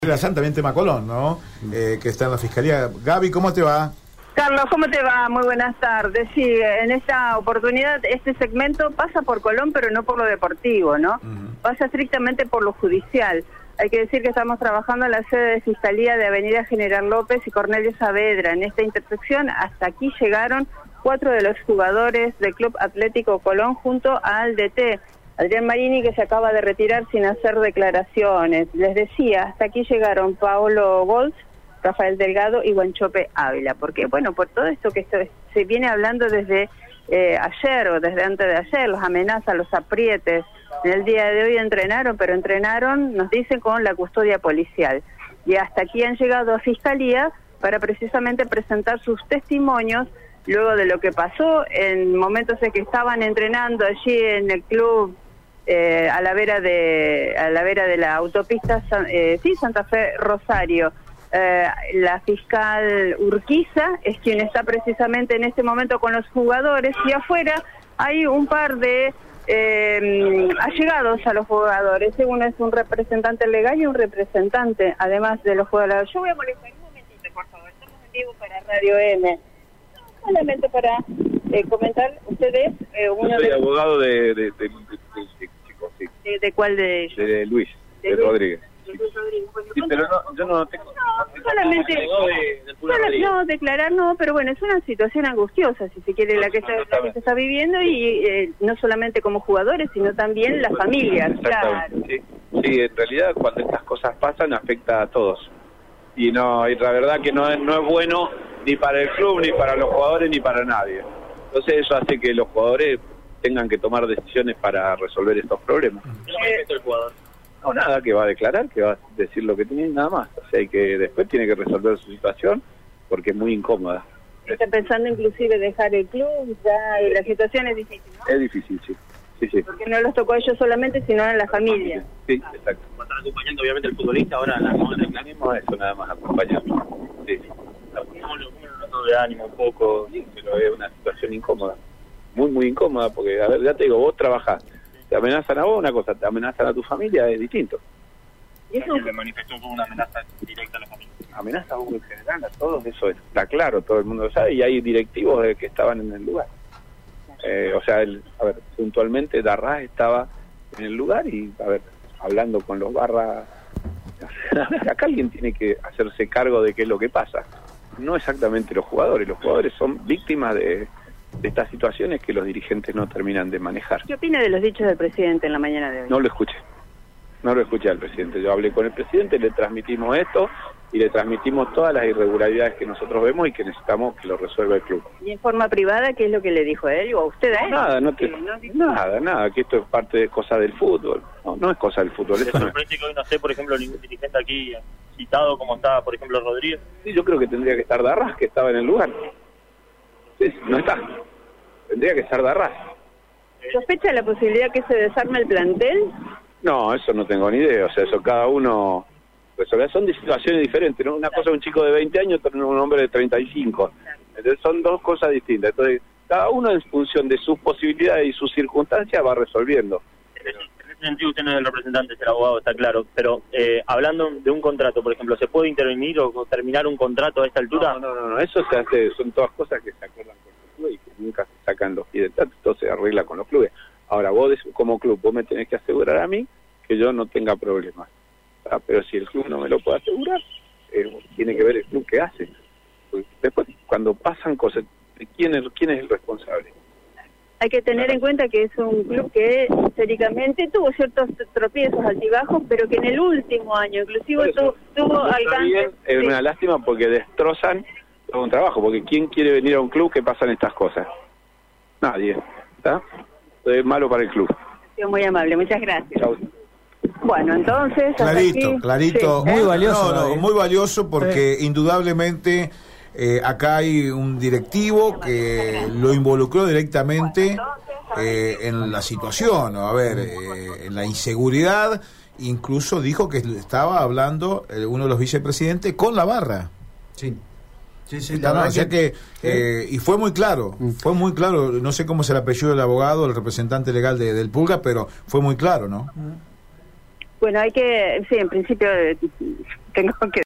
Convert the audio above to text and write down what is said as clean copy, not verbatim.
Relación también tema Colón, ¿no? Que está en la Fiscalía. Gaby, ¿cómo te va? Carlos, ¿cómo te va? Muy buenas tardes. Sí, en esta oportunidad este segmento pasa por Colón, pero no por lo deportivo, ¿no? Pasa estrictamente por lo judicial. Hay que decir que estamos trabajando en la sede de Fiscalía de Avenida General López y Cornelio Saavedra. En esta intersección hasta aquí llegaron 4 de los jugadores del Club Atlético Colón junto al DT, Adrián Marini, que se acaba de retirar sin hacer declaraciones. Les decía, hasta aquí llegaron Paolo Golds, Rafael Delgado y Guanchope Ávila. Porque, bueno, por todo esto que se viene hablando desde ayer o desde antes de ayer, las amenazas, los aprietes. En el día de hoy entrenaron, pero entrenaron, nos dicen, con la custodia policial. Y hasta aquí han llegado a Fiscalía para precisamente presentar sus testimonios luego de lo que pasó en momentos en que estaban entrenando allí en el club a la vera de la autopista Santa Fe Rosario. La fiscal Urquiza es quien está precisamente en este momento con los jugadores, y afuera hay un par de allegados a los jugadores. Uno es un representante legal y un representante además de los jugadores. Yo voy a molestar un momentito, por favor, estamos en vivo para Radio M. Solamente para comentar, ustedes yo soy abogado de chicos, sí. ¿De cuál de ellos? De Luis, de Rodríguez. Sí, pero no, yo no tengo... solamente... No, declarar no, pero bueno, es una situación angustiosa, si se quiere, la que se está viviendo, y no solamente como jugadores, sino también las familias, claro. Sí, en realidad cuando estas cosas pasan afecta a todos. Y la verdad que no es bueno ni para el club, ni para los jugadores, ni para nadie. Entonces eso hace que los jugadores tengan que tomar decisiones para resolver estos problemas. ¿Qué el jugador? No, nada, que va a declarar, que va a decir lo que tiene, nada más. O sea, que después tiene que resolver su situación porque es muy incómoda. ¿Está pensando inclusive dejar el club? Ya la situación es difícil, ¿no? Es difícil, sí. Sí. Porque no los tocó a ellos solamente, sino a la familia. Sí, exacto. Va a estar acompañando obviamente al futbolista ahora en la reclamemos eso, nada más acompañando. Sí. ¿Cómo lo de ánimo un poco? Sí, pero es una situación incómoda. Muy incómoda, porque, a ver, ya te digo, vos trabajás. Te amenazan a vos una cosa, te amenazan a tu familia, es distinto. ¿Y eso le manifestó como una amenaza directa a la familia? Amenaza en general a todos, eso está claro, todo el mundo lo sabe, y hay directivos que estaban en el lugar. Puntualmente Darrás estaba en el lugar y, hablando con los barras, acá alguien tiene que hacerse cargo de qué es lo que pasa. No exactamente los jugadores son víctimas de estas situaciones que los dirigentes no terminan de manejar. ¿Qué opina de los dichos del presidente en la mañana de hoy? No lo escuché al presidente. Yo hablé con el presidente, le transmitimos esto y le transmitimos todas las irregularidades que nosotros vemos y que necesitamos que lo resuelva el club. ¿Y en forma privada qué es lo que le dijo a él o a usted a él? Nada, que esto es parte de cosas del fútbol. No es cosa del fútbol. ¿Se sorprende que hoy no esté, por ejemplo, ningún dirigente aquí citado como está, por ejemplo, Rodríguez? Sí, yo creo que tendría que estar Darrás, que estaba en el lugar. Sí, no está. Tendría que estar Darrás. ¿Sospecha la posibilidad que se desarme el plantel? No, eso no tengo ni idea. O sea, eso cada uno... son de situaciones diferentes, ¿no? Una cosa es un chico de 20 años, otra es un hombre de 35. Entonces son dos cosas distintas. Entonces, cada uno en función de sus posibilidades y sus circunstancias va resolviendo. En ese sentido usted no es el representante, es el abogado, está claro. Pero hablando de un contrato, por ejemplo, ¿se puede intervenir o terminar un contrato a esta altura? No. Eso se hace, son todas cosas que se acuerdan con los clubes y que nunca se sacan los pies del trato, todo se arregla con los clubes. Ahora, vos como club, vos me tenés que asegurar a mí que yo no tenga problemas. Pero si el club no me lo puede asegurar, tiene que ver el club que hace. Pues después, cuando pasan cosas, ¿quién es el responsable? Hay que tener en cuenta que es un club que históricamente tuvo ciertos tropiezos, altibajos, pero que en el último año inclusive tuvo alcance. Es una lástima porque destrozan todo un trabajo, porque ¿quién quiere venir a un club que pasan estas cosas? Nadie, ¿está? Es malo para el club. Muy amable, muchas gracias. Chau. Bueno, entonces... Clarito. Sí. Muy valioso. Muy valioso porque indudablemente acá hay un directivo que lo involucró directamente en la situación, ¿no? En la inseguridad. Incluso dijo que estaba hablando uno de los vicepresidentes con la barra. Sí. Y fue muy claro, no sé cómo se le apellidó el abogado, el representante legal del Pulga, pero fue muy claro, ¿no? Bueno, hay que, sí, en principio tengo que